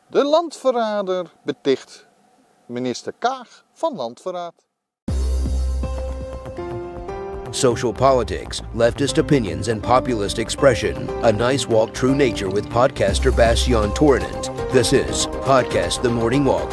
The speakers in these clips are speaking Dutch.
De landverrader beticht minister Kaag van landverraad. Social politics, leftist opinions, and populist expression. A nice walk through nature with podcaster Bastiaan Torenent. This is Podcast The Morning Walk.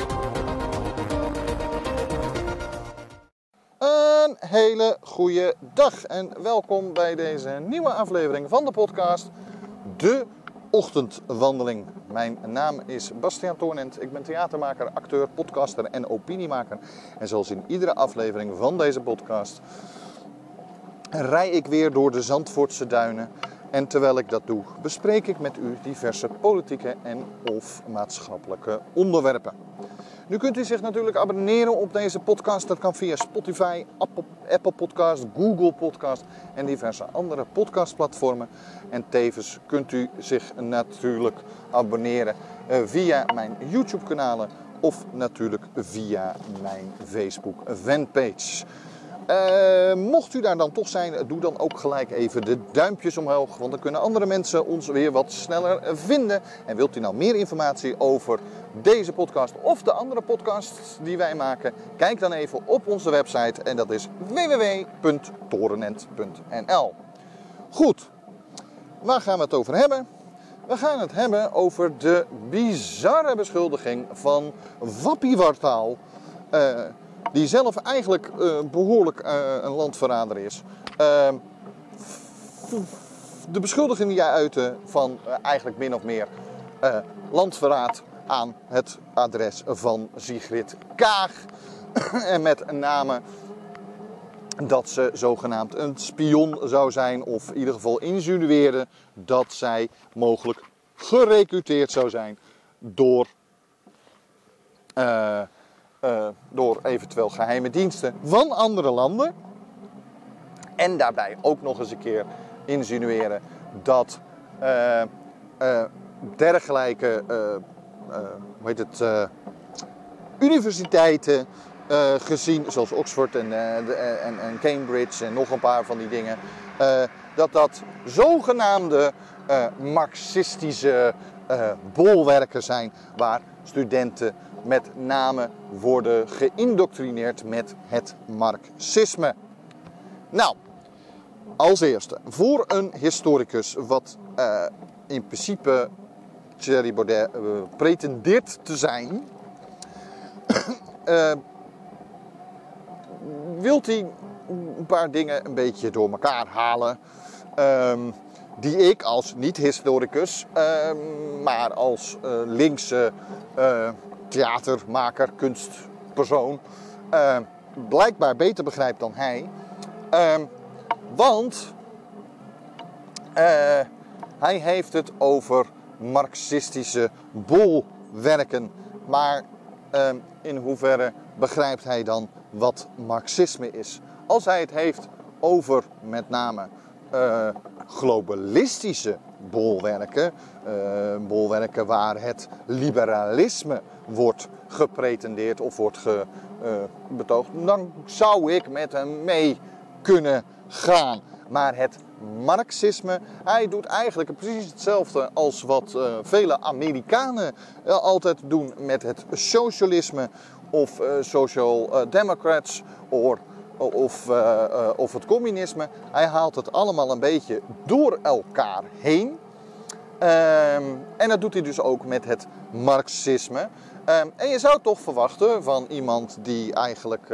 Een hele goede dag en welkom bij deze nieuwe aflevering van de podcast De Ochtendwandeling. Mijn naam is Bastiaan Torenent. Ik ben theatermaker, acteur, podcaster en opiniemaker. En zoals in iedere aflevering van deze podcast rij ik weer door de Zandvoortse duinen. En terwijl ik dat doe, bespreek ik met u diverse politieke en of maatschappelijke onderwerpen. Nu kunt u zich natuurlijk abonneren op deze podcast. Dat kan via Spotify, Apple Podcast, Google Podcast en diverse andere podcastplatformen. En tevens kunt u zich natuurlijk abonneren via mijn YouTube kanalen of natuurlijk via mijn Facebook fanpage. Mocht u daar dan toch zijn, doe dan ook gelijk even de duimpjes omhoog. Want dan kunnen andere mensen ons weer wat sneller vinden. En wilt u nou meer informatie over deze podcast of de andere podcasts die wij maken? Kijk dan even op onze website en dat is www.torenent.nl. Goed, waar gaan we het over hebben? We gaan het hebben over de bizarre beschuldiging van Wappie Wartaal. Die zelf eigenlijk behoorlijk een landverrader is. De beschuldiging die jij uitte van eigenlijk min of meer landverraad aan het adres van Sigrid Kaag. En met name dat ze zogenaamd een spion zou zijn. Of in ieder geval insinueerde dat zij mogelijk gerekruteerd zou zijn door eventueel geheime diensten van andere landen. En daarbij ook nog eens een keer insinueren dat dergelijke universiteiten gezien, zoals Oxford en Cambridge en nog een paar van die dingen, dat zogenaamde marxistische bolwerken zijn waar studenten met name worden geïndoctrineerd met het marxisme. Nou, als eerste, voor een historicus wat in principe Thierry Baudet pretendeert te zijn, wilt hij een paar dingen een beetje door elkaar halen, die ik als niet-historicus, maar als linkse theatermaker, kunstpersoon, blijkbaar beter begrijpt dan hij. Want hij heeft het over marxistische bolwerken. Maar in hoeverre begrijpt hij dan wat marxisme is? Als hij het heeft over met name globalistische bolwerken, bolwerken waar het liberalisme wordt gepretendeerd of wordt betoogd, dan zou ik met hem mee kunnen gaan. Maar het marxisme, hij doet eigenlijk precies hetzelfde als wat vele Amerikanen altijd doen met het socialisme of social democrats of het communisme. Hij haalt het allemaal een beetje door elkaar heen. En dat doet hij dus ook met het marxisme. En je zou toch verwachten van iemand die eigenlijk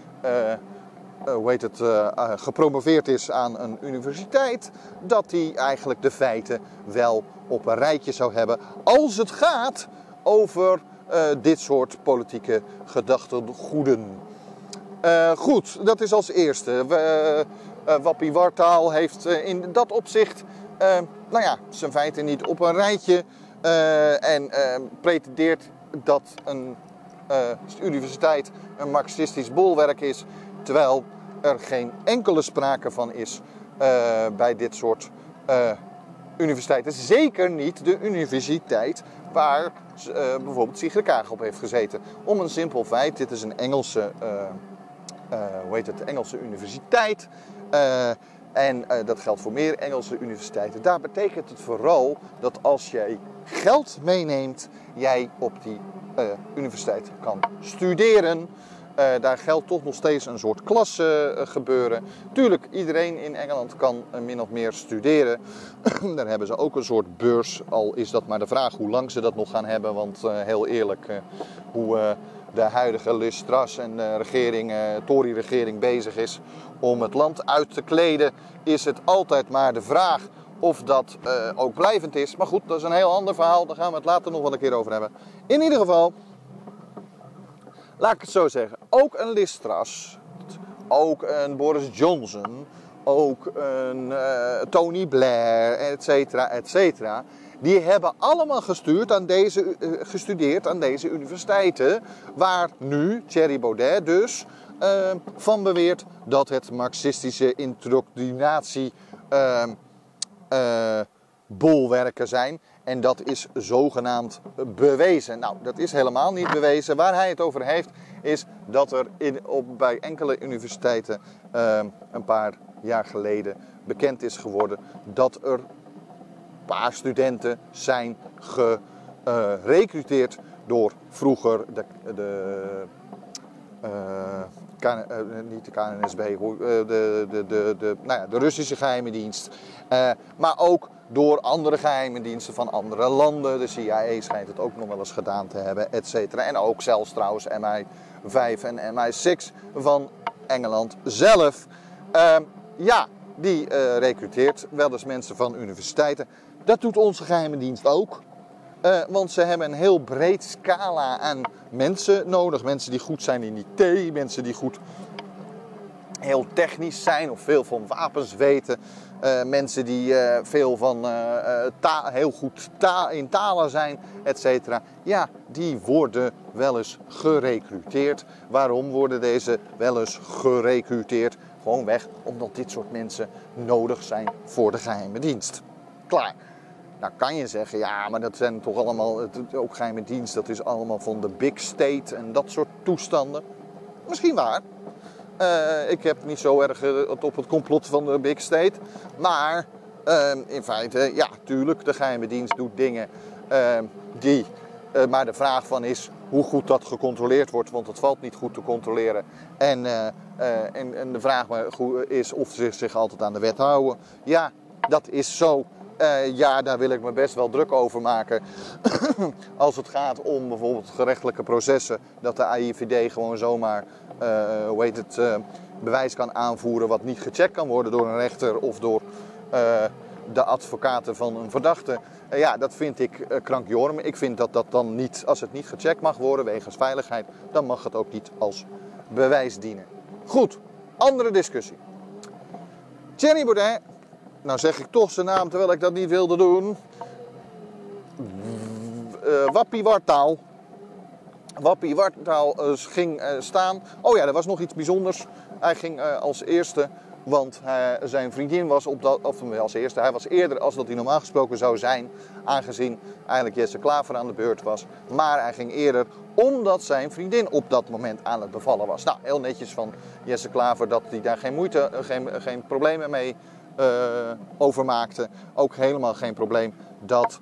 gepromoveerd is aan een universiteit, dat hij eigenlijk de feiten wel op een rijtje zou hebben als het gaat over dit soort politieke gedachtegoeden. Goed, dat is als eerste. Wappie Wartaal heeft in dat opzicht zijn feiten niet op een rijtje en pretendeert dat een universiteit een marxistisch bolwerk is, terwijl er geen enkele sprake van is bij dit soort universiteiten. Zeker niet de universiteit waar bijvoorbeeld Sigrid Kaag op heeft gezeten. Om een simpel feit, dit is een Engelse Engelse universiteit. En dat geldt voor meer Engelse universiteiten. Daar betekent het vooral dat als jij geld meeneemt, jij op die universiteit kan studeren. Daar geldt toch nog steeds een soort klasse gebeuren. Tuurlijk, iedereen in Engeland kan min of meer studeren. Daar hebben ze ook een soort beurs. Al is dat maar de vraag hoe lang ze dat nog gaan hebben. Want heel eerlijk, hoe de huidige Liz Truss en de Tory-regering bezig is om het land uit te kleden, is het altijd maar de vraag of dat ook blijvend is. Maar goed, dat is een heel ander verhaal. Daar gaan we het later nog wel een keer over hebben. In ieder geval, laat ik het zo zeggen. Ook een Liz Truss, ook een Boris Johnson, ook een Tony Blair, et cetera. Die hebben allemaal gestudeerd aan deze universiteiten. Waar nu Thierry Baudet dus van beweert dat het marxistische indoctrinatie bolwerken zijn. En dat is zogenaamd bewezen. Nou, dat is helemaal niet bewezen. Waar hij het over heeft is dat er bij enkele universiteiten een paar jaar geleden bekend is geworden dat er een paar studenten zijn gerecruiteerd door vroeger niet de KNSB, de Russische geheime dienst. Maar ook door andere geheime diensten van andere landen. De CIA schijnt het ook nog wel eens gedaan te hebben, et cetera. En ook zelfs trouwens MI5 en MI6 van Engeland zelf. Die recruteert wel eens mensen van universiteiten. Dat doet onze geheime dienst ook. Want ze hebben een heel breed scala aan mensen nodig. Mensen die goed zijn in IT, mensen die heel technisch zijn of veel van wapens weten. Mensen die veel van heel goed in talen zijn, et cetera. Ja, die worden wel eens gerecruiteerd. Waarom worden deze wel eens gerecruiteerd? Gewoonweg omdat dit soort mensen nodig zijn voor de geheime dienst. Klaar. Nou kan je zeggen, ja, maar dat zijn toch allemaal, ook geheime dienst, dat is allemaal van de big state en dat soort toestanden. Misschien waar. Ik heb niet zo erg op het complot van de big state. Maar in feite, ja, tuurlijk, de geheime dienst doet dingen maar de vraag van is hoe goed dat gecontroleerd wordt, want het valt niet goed te controleren. En de vraag is of ze zich altijd aan de wet houden. Ja, dat is zo. Daar wil ik me best wel druk over maken. Als het gaat om bijvoorbeeld gerechtelijke processen, dat de AIVD gewoon zomaar bewijs kan aanvoeren wat niet gecheckt kan worden door een rechter of door de advocaten van een verdachte. Dat vind ik krankjorm. Ik vind dat dan niet, als het niet gecheckt mag worden wegens veiligheid, dan mag het ook niet als bewijs dienen. Goed, andere discussie. Thierry Baudet, nou zeg ik toch zijn naam terwijl ik dat niet wilde doen. Wappie Wartaal. Wappie Wartaal ging staan. Oh ja, er was nog iets bijzonders. Hij ging als eerste, want zijn vriendin was hij was eerder als dat hij normaal gesproken zou zijn, aangezien eigenlijk Jesse Klaver aan de beurt was. Maar hij ging eerder omdat zijn vriendin op dat moment aan het bevallen was. Nou, heel netjes van Jesse Klaver dat hij daar geen problemen mee overmaakte. Ook helemaal geen probleem dat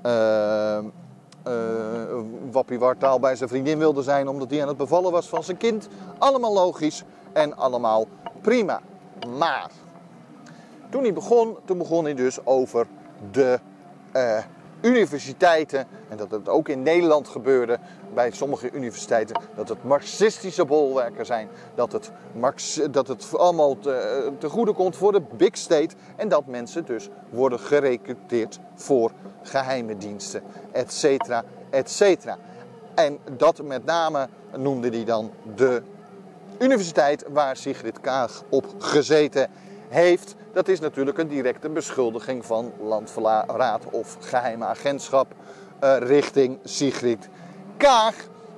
Wappie Wartaal bij zijn vriendin wilde zijn omdat hij aan het bevallen was van zijn kind. Allemaal logisch en allemaal prima. Maar toen hij begon hij dus over de universiteiten, en dat het ook in Nederland gebeurde bij sommige universiteiten, dat het marxistische bolwerken zijn, dat het allemaal te goede komt voor de big state en dat mensen dus worden gerecruiteerd voor geheime diensten, et cetera, et cetera. En dat met name noemde hij dan de universiteit waar Sigrid Kaag op gezeten heeft. Dat is natuurlijk een directe beschuldiging van landverraad of geheime agentschap richting Sigrid Kaag.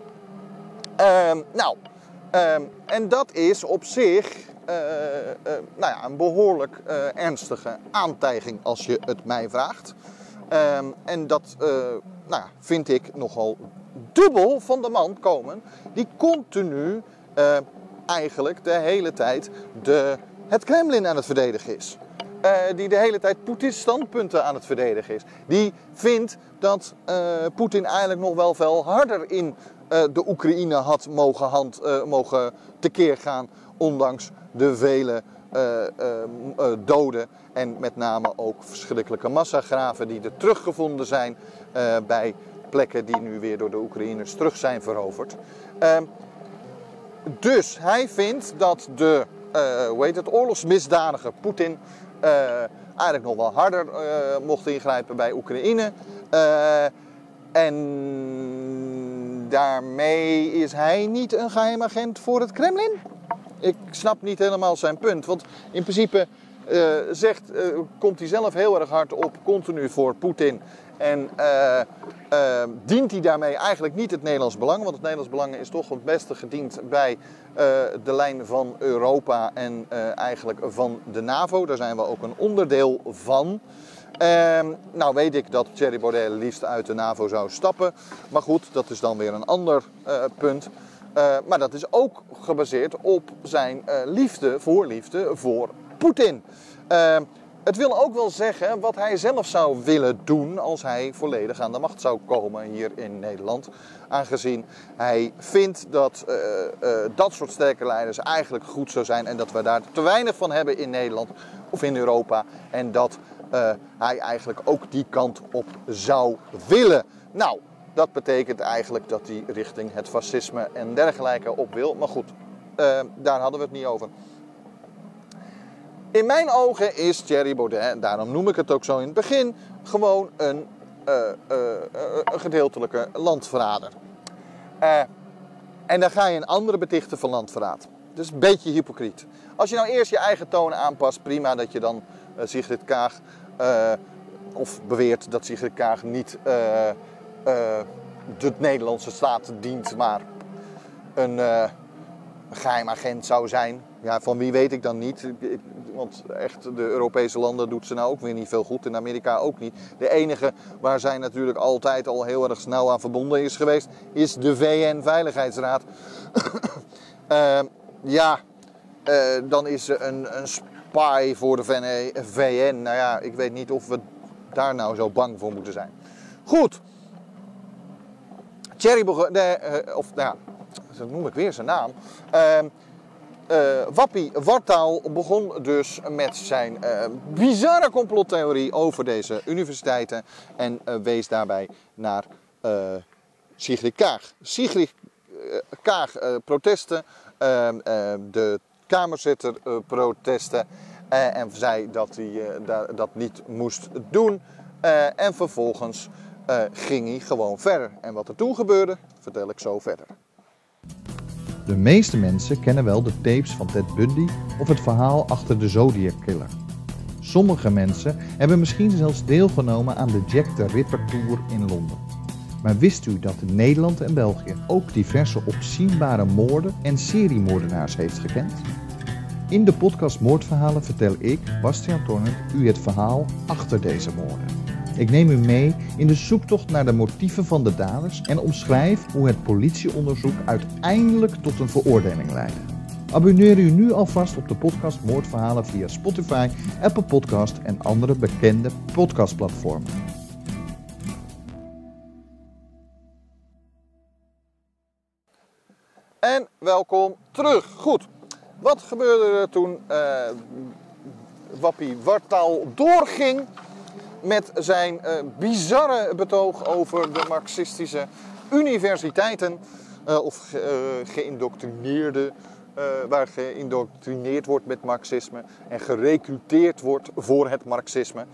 En dat is op zich een behoorlijk ernstige aantijging als je het mij vraagt. En dat vind ik nogal dubbel van de man komen die continu eigenlijk de hele tijd de het Kremlin aan het verdedigen is. Die de hele tijd Poetins standpunten aan het verdedigen is. Die vindt dat Poetin eigenlijk nog wel veel harder in de Oekraïne had mogen tekeer gaan. Ondanks de vele doden en met name ook verschrikkelijke massagraven die er teruggevonden zijn bij plekken die nu weer door de Oekraïners terug zijn veroverd. Dus hij vindt dat de oorlogsmisdadiger Poetin eigenlijk nog wel harder mocht ingrijpen bij Oekraïne. En daarmee is hij niet een geheim agent voor het Kremlin. Ik snap niet helemaal zijn punt. Want in principe komt hij zelf heel erg hard op continu voor Poetin. En dient hij daarmee eigenlijk niet het Nederlands belang. Want het Nederlands belang is toch het beste gediend bij de lijn van Europa en eigenlijk van de NAVO. Daar zijn we ook een onderdeel van. Nou weet ik dat Thierry Baudet liefst uit de NAVO zou stappen. Maar goed, dat is dan weer een ander punt. Maar dat is ook gebaseerd op zijn voorliefde voor Poetin. Het wil ook wel zeggen wat hij zelf zou willen doen als hij volledig aan de macht zou komen hier in Nederland. Aangezien hij vindt dat dat soort sterke leiders eigenlijk goed zou zijn en dat we daar te weinig van hebben in Nederland of in Europa. En dat hij eigenlijk ook die kant op zou willen. Nou, dat betekent eigenlijk dat hij richting het fascisme en dergelijke op wil. Maar goed, daar hadden we het niet over. In mijn ogen is Thierry Baudet, en daarom noem ik het ook zo in het begin, gewoon een gedeeltelijke landverrader. En dan ga je een andere betichten van landverraad. Dus een beetje hypocriet. Als je nou eerst je eigen toon aanpast, prima dat je dan Sigrid Kaag, of beweert dat Sigrid Kaag niet de Nederlandse staat dient, maar een geheim agent zou zijn. Ja, van wie weet ik dan niet. Want echt, de Europese landen doet ze nou ook weer niet veel goed. In Amerika ook niet. De enige waar zij natuurlijk altijd al heel erg snel aan verbonden is geweest, is de VN-veiligheidsraad. Dan is ze een spy voor de VN. Nou ja, ik weet niet of we daar nou zo bang voor moeten zijn. Goed. Thierry Baudet, dat noem ik weer zijn naam. Wappie Wartaal begon dus met zijn bizarre complottheorie over deze universiteiten en wees daarbij naar Sigrid Kaag. Sigrid Kaag protesten, de kamerzitter-protesten en zei dat hij dat niet moest doen. En vervolgens ging hij gewoon verder. En wat er toen gebeurde, vertel ik zo verder. De meeste mensen kennen wel de tapes van Ted Bundy of het verhaal achter de Zodiac Killer. Sommige mensen hebben misschien zelfs deelgenomen aan de Jack the Ripper Tour in Londen. Maar wist u dat Nederland en België ook diverse opzienbare moorden en seriemoordenaars heeft gekend? In de podcast Moordverhalen vertel ik, Bastiaan Tornent, u het verhaal achter deze moorden. Ik neem u mee in de zoektocht naar de motieven van de daders en omschrijf hoe het politieonderzoek uiteindelijk tot een veroordeling leidde. Abonneer u nu alvast op de podcast Moordverhalen via Spotify, Apple Podcast en andere bekende podcastplatformen. En welkom terug. Goed, wat gebeurde er toen Wappie Wartaal doorging met zijn bizarre betoog over de marxistische universiteiten of geïndoctrineerde, waar geïndoctrineerd wordt met marxisme en gerecruteerd wordt voor het marxisme.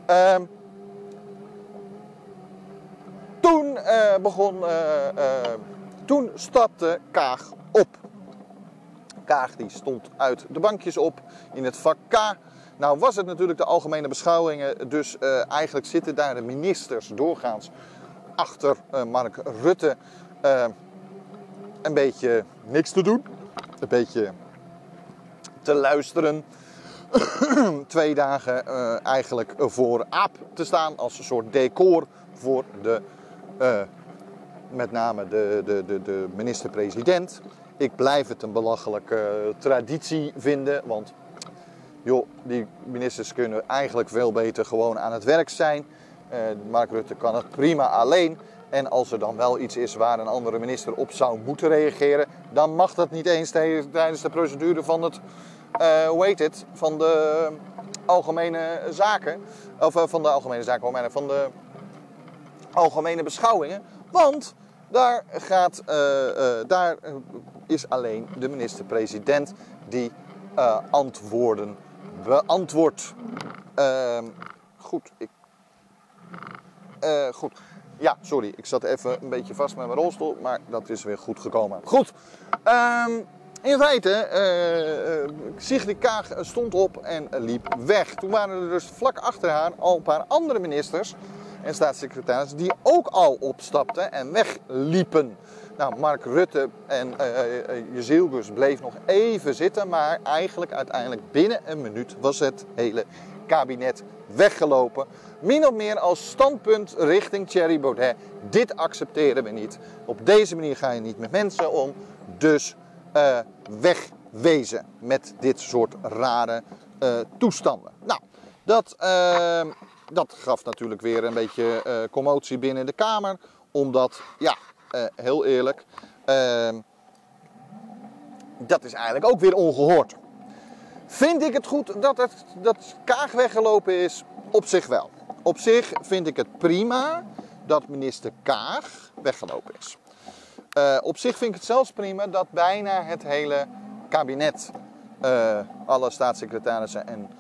Toen stapte Kaag op. Kaag die stond uit de bankjes op in het vak K. Nou was het natuurlijk de algemene beschouwingen, dus eigenlijk zitten daar de ministers doorgaans achter Mark Rutte een beetje niks te doen. Een beetje te luisteren. 2 dagen eigenlijk voor aap te staan als een soort decor voor de, met name de minister-president. Ik blijf het een belachelijke traditie vinden, want joh, die ministers kunnen eigenlijk veel beter gewoon aan het werk zijn. Mark Rutte kan het prima alleen. En als er dan wel iets is waar een andere minister op zou moeten reageren, dan mag dat niet eens tijdens de procedure van het, van de algemene zaken. Of van de algemene zaken, van de algemene beschouwingen. Want daar is alleen de minister-president die antwoorden beantwoordt. Goed. Ja, sorry. Ik zat even een beetje vast met mijn rolstoel, maar dat is weer goed gekomen. Goed. In feite, Sigrid Kaag stond op en liep weg. Toen waren er dus vlak achter haar al een paar andere ministers en staatssecretarissen die ook al opstapten en wegliepen. Nou, Mark Rutte en Jezilgus bleef nog even zitten, maar uiteindelijk binnen een minuut was het hele kabinet weggelopen. Min of meer als standpunt richting Thierry Baudet. Dit accepteren we niet. Op deze manier ga je niet met mensen om. Dus wegwezen met dit soort rare toestanden. Nou, dat gaf natuurlijk weer een beetje commotie binnen de Kamer. Omdat, ja, heel eerlijk, dat is eigenlijk ook weer ongehoord. Vind ik het goed dat Kaag weggelopen is? Op zich wel. Op zich vind ik het prima dat minister Kaag weggelopen is. Op zich vind ik het zelfs prima dat bijna het hele kabinet, alle staatssecretarissen en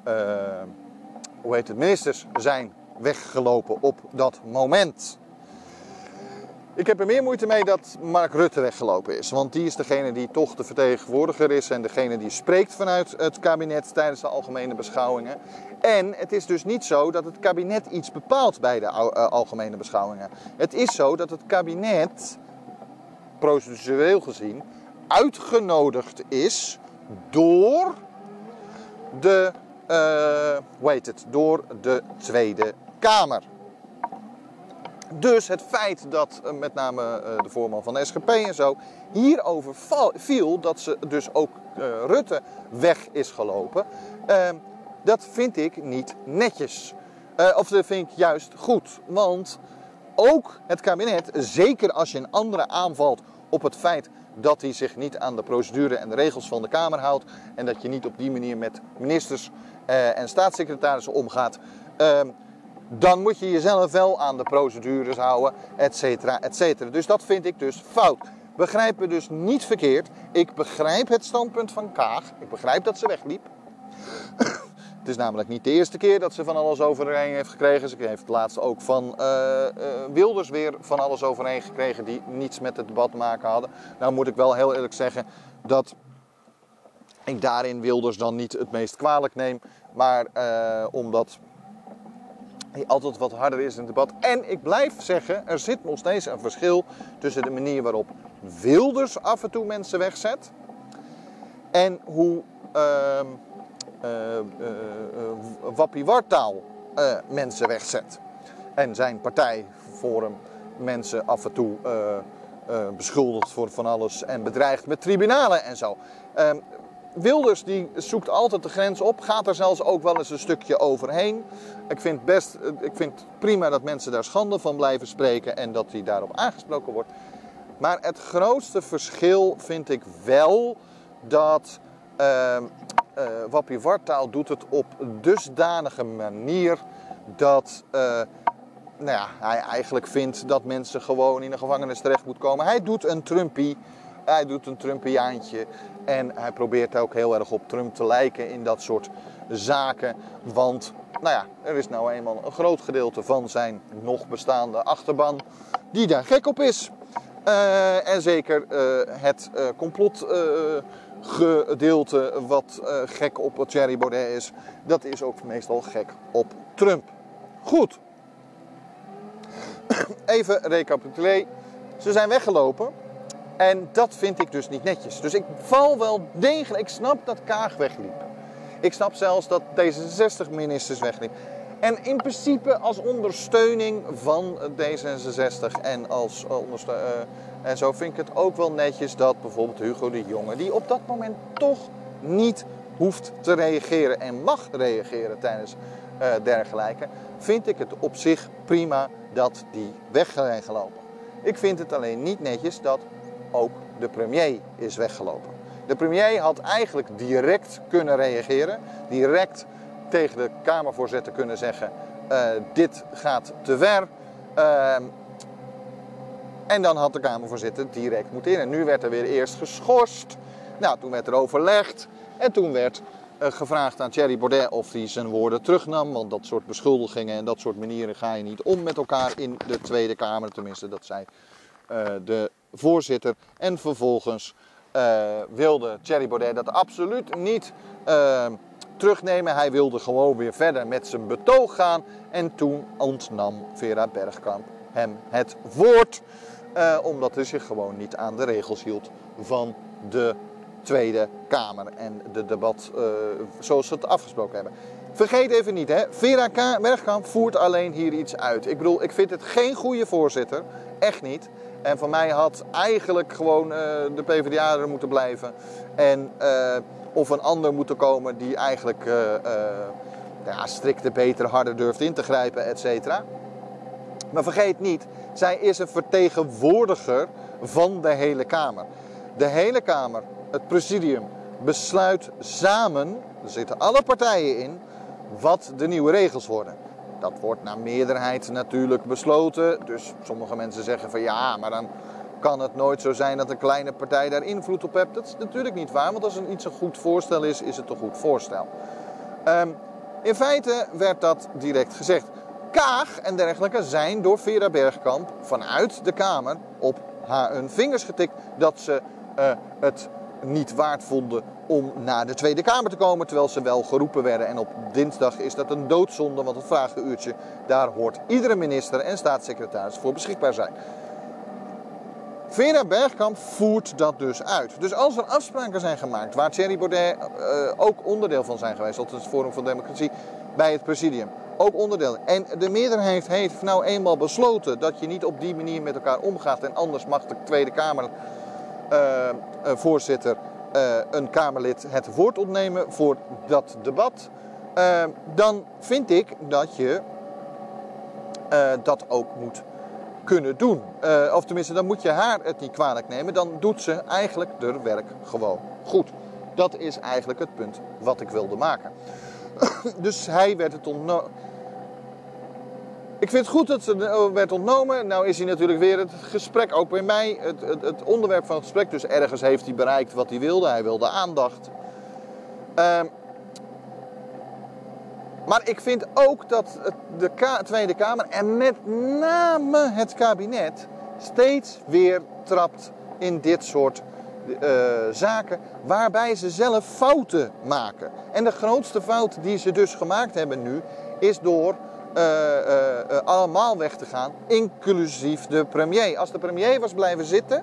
ministers zijn weggelopen op dat moment. Ik heb er meer moeite mee dat Mark Rutte weggelopen is. Want die is degene die toch de vertegenwoordiger is en degene die spreekt vanuit het kabinet tijdens de algemene beschouwingen. En het is dus niet zo dat het kabinet iets bepaalt bij de algemene beschouwingen. Het is zo dat het kabinet, procedureel gezien, uitgenodigd is door door de Tweede Kamer. Dus het feit dat met name de voorman van de SGP en zo hierover viel, dat ze dus ook Rutte weg is gelopen, dat vind ik niet netjes. Of dat vind ik juist goed. Want ook het kabinet, zeker als je een andere aanvalt op het feit dat hij zich niet aan de procedure en de regels van de Kamer houdt en dat je niet op die manier met ministers en staatssecretarissen omgaat, dan moet je jezelf wel aan de procedures houden, et cetera, et cetera. Dus dat vind ik dus fout. Begrijp me dus niet verkeerd. Ik begrijp het standpunt van Kaag. Ik begrijp dat ze wegliep. Het is namelijk niet de eerste keer dat ze van alles overheen heeft gekregen. Ze heeft laatst ook van Wilders weer van alles overheen gekregen die niets met het debat te maken hadden. Nou moet ik wel heel eerlijk zeggen dat ik daarin Wilders dan niet het meest kwalijk neem. Maar omdat hij altijd wat harder is in het debat. En ik blijf zeggen, er zit nog steeds een verschil tussen de manier waarop Wilders af en toe mensen wegzet en hoe Wappie Wartaal mensen wegzet. En zijn partij Forum mensen af en toe beschuldigt voor van alles en bedreigt met tribunalen en zo. Wilders die zoekt altijd de grens op, gaat er zelfs ook wel eens een stukje overheen. Ik vind prima dat mensen daar schande van blijven spreken en dat hij daarop aangesproken wordt. Maar het grootste verschil vind ik wel dat Wappie Wartaal doet het op dusdanige manier dat hij eigenlijk vindt dat mensen gewoon in de gevangenis terecht moeten komen. Hij doet een Trumpie. Hij doet een Trumpiaantje en hij probeert ook heel erg op Trump te lijken in dat soort zaken. Want er is nou eenmaal een groot gedeelte van zijn nog bestaande achterban die daar gek op is. En zeker het complotgedeelte wat gek op Thierry Baudet is, dat is ook meestal gek op Trump. Goed. Even recapituleren. Ze zijn weggelopen. En dat vind ik dus niet netjes. Dus ik val wel degelijk. Ik snap dat Kaag wegliep. Ik snap zelfs dat D66-ministers wegliepen. En in principe als ondersteuning van D66 en als en zo vind ik het ook wel netjes dat bijvoorbeeld Hugo de Jonge, die op dat moment toch niet hoeft te reageren en mag reageren tijdens dergelijke, vind ik het op zich prima dat die weg zijn gelopen. Ik vind het alleen niet netjes dat ook de premier is weggelopen. De premier had eigenlijk direct kunnen reageren, direct tegen de Kamervoorzitter kunnen zeggen, dit gaat te ver. En dan had de Kamervoorzitter direct moeten in. En nu werd er weer eerst geschorst. Nou, toen werd er overlegd. En toen werd gevraagd aan Thierry Baudet of hij zijn woorden terugnam. Want dat soort beschuldigingen en dat soort manieren ga je niet om met elkaar in de Tweede Kamer. Tenminste, dat zei de voorzitter. En vervolgens wilde Thierry Baudet dat absoluut niet terugnemen. Hij wilde gewoon weer verder met zijn betoog gaan. En toen ontnam Vera Bergkamp hem het woord. Omdat hij zich gewoon niet aan de regels hield van de Tweede Kamer. En de debat zoals ze het afgesproken hebben. Vergeet even niet, hè, Vera Bergkamp voert alleen hier iets uit. Ik bedoel, ik vind het geen goede voorzitter. Echt niet. En van mij had eigenlijk gewoon de PvdA er moeten blijven. En of een ander moeten komen die eigenlijk strikter, beter, harder durft in te grijpen, et cetera. Maar vergeet niet, zij is een vertegenwoordiger van de hele Kamer. De hele Kamer, het presidium, besluit samen, er zitten alle partijen in, wat de nieuwe regels worden. Dat wordt naar meerderheid natuurlijk besloten. Dus sommige mensen zeggen van ja, maar dan kan het nooit zo zijn dat een kleine partij daar invloed op hebt. Dat is natuurlijk niet waar, want als iets een goed voorstel is, is het een goed voorstel. In feite werd dat direct gezegd. Kaag en dergelijke zijn door Vera Bergkamp vanuit de Kamer op hun vingers getikt dat ze het niet waard vonden om naar de Tweede Kamer te komen, terwijl ze wel geroepen werden. En op dinsdag is dat een doodzonde, want het vragenuurtje, daar hoort iedere minister en staatssecretaris voor beschikbaar zijn. Vera Bergkamp voert dat dus uit. Dus als er afspraken zijn gemaakt, waar Thierry Baudet ook onderdeel van zijn geweest, dat is het Forum van Democratie bij het presidium, ook onderdeel. En de meerderheid heeft nou eenmaal besloten dat je niet op die manier met elkaar omgaat en anders mag de Tweede Kamer voorzitter een Kamerlid het woord ontnemen voor dat debat. Dan vind ik dat je dat ook moet kunnen doen. Of tenminste, dan moet je haar het niet kwalijk nemen. Dan doet ze eigenlijk haar werk gewoon goed. Dat is eigenlijk het punt wat ik wilde maken. Dus hij werd het ontnomen. Ik vind het goed dat ze werd ontnomen. Nou is hij natuurlijk weer het gesprek, ook bij mij, het onderwerp van het gesprek. Dus ergens heeft hij bereikt wat hij wilde. Hij wilde aandacht. Maar ik vind ook dat de Tweede Kamer en met name het kabinet steeds weer trapt in dit soort zaken waarbij ze zelf fouten maken. En de grootste fout die ze dus gemaakt hebben nu is door allemaal weg te gaan, inclusief de premier. Als de premier was blijven zitten,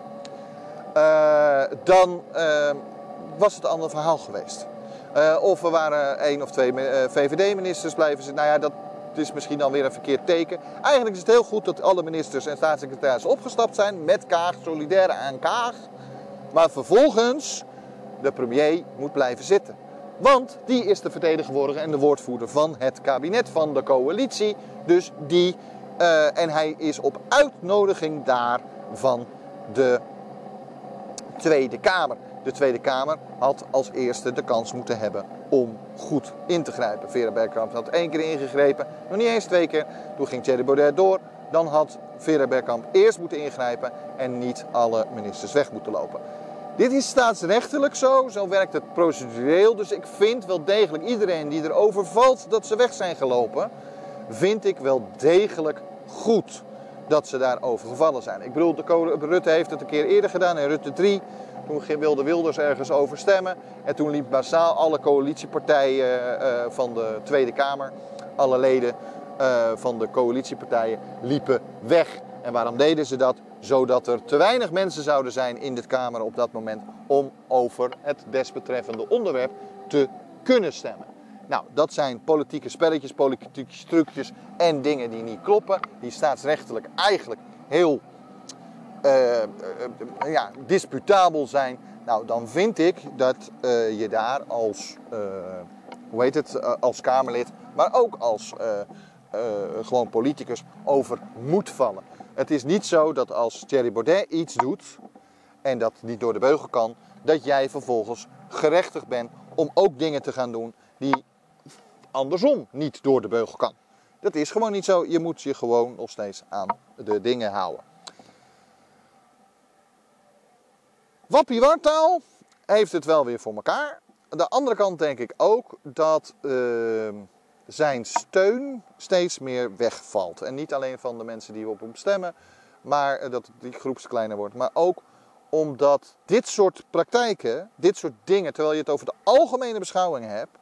dan was het een ander verhaal geweest. Of er waren 1 of 2 VVD-ministers blijven zitten. Nou ja, dat is misschien dan weer een verkeerd teken. Eigenlijk is het heel goed dat alle ministers en staatssecretarissen opgestapt zijn met Kaag, solidair aan Kaag. Maar vervolgens, de premier moet blijven zitten. Want die is de vertegenwoordiger en de woordvoerder van het kabinet, van de coalitie. Dus en hij is op uitnodiging daar van de Tweede Kamer. De Tweede Kamer had als eerste de kans moeten hebben om goed in te grijpen. Vera Bergkamp had 1 keer ingegrepen, nog niet eens 2 keer. Toen ging Thierry Baudet door. Dan had Vera Bergkamp eerst moeten ingrijpen en niet alle ministers weg moeten lopen. Dit is staatsrechtelijk zo werkt het procedureel. Dus ik vind wel degelijk iedereen die erover valt dat ze weg zijn gelopen, vind ik wel degelijk goed dat ze daarover gevallen zijn. Ik bedoel, Rutte heeft het een keer eerder gedaan in Rutte 3. Toen wilde Wilders ergens over stemmen. En toen liep massaal alle coalitiepartijen van de Tweede Kamer, alle leden van de coalitiepartijen, liepen weg. En waarom deden ze dat? Zodat er te weinig mensen zouden zijn in de Kamer op dat moment om over het desbetreffende onderwerp te kunnen stemmen. Nou, dat zijn politieke spelletjes, politieke trucjes en dingen die niet kloppen. Die staatsrechtelijk eigenlijk heel disputabel zijn. Nou, dan vind ik dat je daar als, als Kamerlid, maar ook als gewoon politicus over moet vallen. Het is niet zo dat als Thierry Baudet iets doet en dat niet door de beugel kan, dat jij vervolgens gerechtigd bent om ook dingen te gaan doen die andersom niet door de beugel kan. Dat is gewoon niet zo. Je moet je gewoon nog steeds aan de dingen houden. Wappie Wartaal heeft het wel weer voor elkaar. Aan de andere kant denk ik ook dat zijn steun steeds meer wegvalt. En niet alleen van de mensen die op hem stemmen, maar dat die groep kleiner wordt. Maar ook omdat dit soort praktijken, dit soort dingen, terwijl je het over de algemene beschouwing hebt,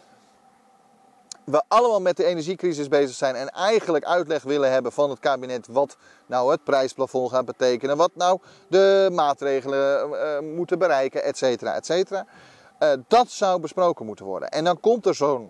we allemaal met de energiecrisis bezig zijn en eigenlijk uitleg willen hebben van het kabinet wat nou het prijsplafond gaat betekenen, wat nou de maatregelen moeten bereiken, et cetera, et cetera. Dat zou besproken moeten worden. En dan komt er zo'n,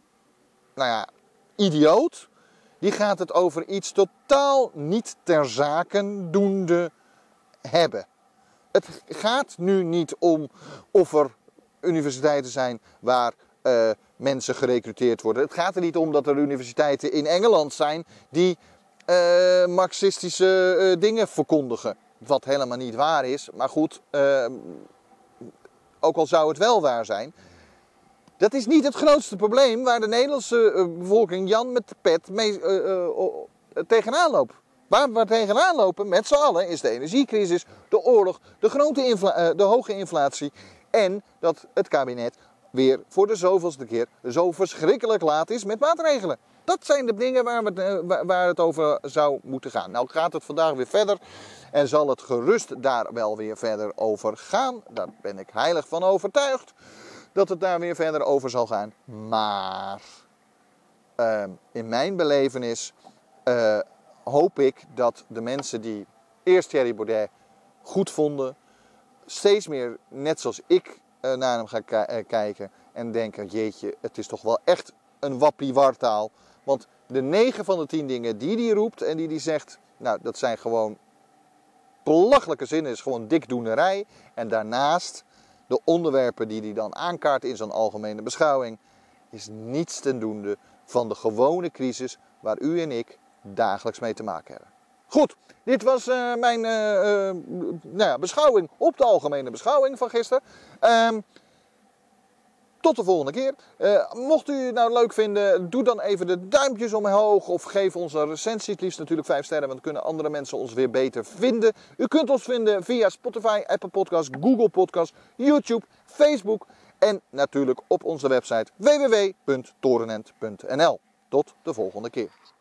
idioot, die gaat het over iets totaal niet ter zake doende hebben. Het gaat nu niet om of er universiteiten zijn waar mensen gerecruiteerd worden. Het gaat er niet om dat er universiteiten in Engeland zijn die marxistische dingen verkondigen. Wat helemaal niet waar is. Maar goed, ook al zou het wel waar zijn. Dat is niet het grootste probleem waar de Nederlandse bevolking Jan met de pet mee tegenaan loopt. Waar we tegenaan lopen met z'n allen is de energiecrisis, de oorlog, de hoge inflatie en dat het kabinet weer voor de zoveelste keer zo verschrikkelijk laat is met maatregelen. Dat zijn de dingen waar het over zou moeten gaan. Nou gaat het vandaag weer verder en zal het gerust daar wel weer verder over gaan. Daar ben ik heilig van overtuigd dat het daar weer verder over zal gaan. Maar in mijn belevenis hoop ik dat de mensen die eerst Thierry Baudet goed vonden, steeds meer, net zoals ik, naar hem gaan kijken en denken, jeetje, het is toch wel echt een wappie wartaal. Want de 9 van de 10 dingen die hij roept en die hij zegt, nou, dat zijn gewoon belachelijke zinnen, is gewoon dikdoenerij. En daarnaast, de onderwerpen die hij dan aankaart in zo'n algemene beschouwing, is niets ten doende van de gewone crisis waar u en ik dagelijks mee te maken hebben. Goed, dit was mijn beschouwing op de algemene beschouwing van gisteren. Tot de volgende keer. Mocht u het nou leuk vinden, doe dan even de duimpjes omhoog of geef ons een recensie. Het liefst natuurlijk 5 sterren, want dan kunnen andere mensen ons weer beter vinden. U kunt ons vinden via Spotify, Apple Podcasts, Google Podcasts, YouTube, Facebook en natuurlijk op onze website www.torenent.nl. Tot de volgende keer.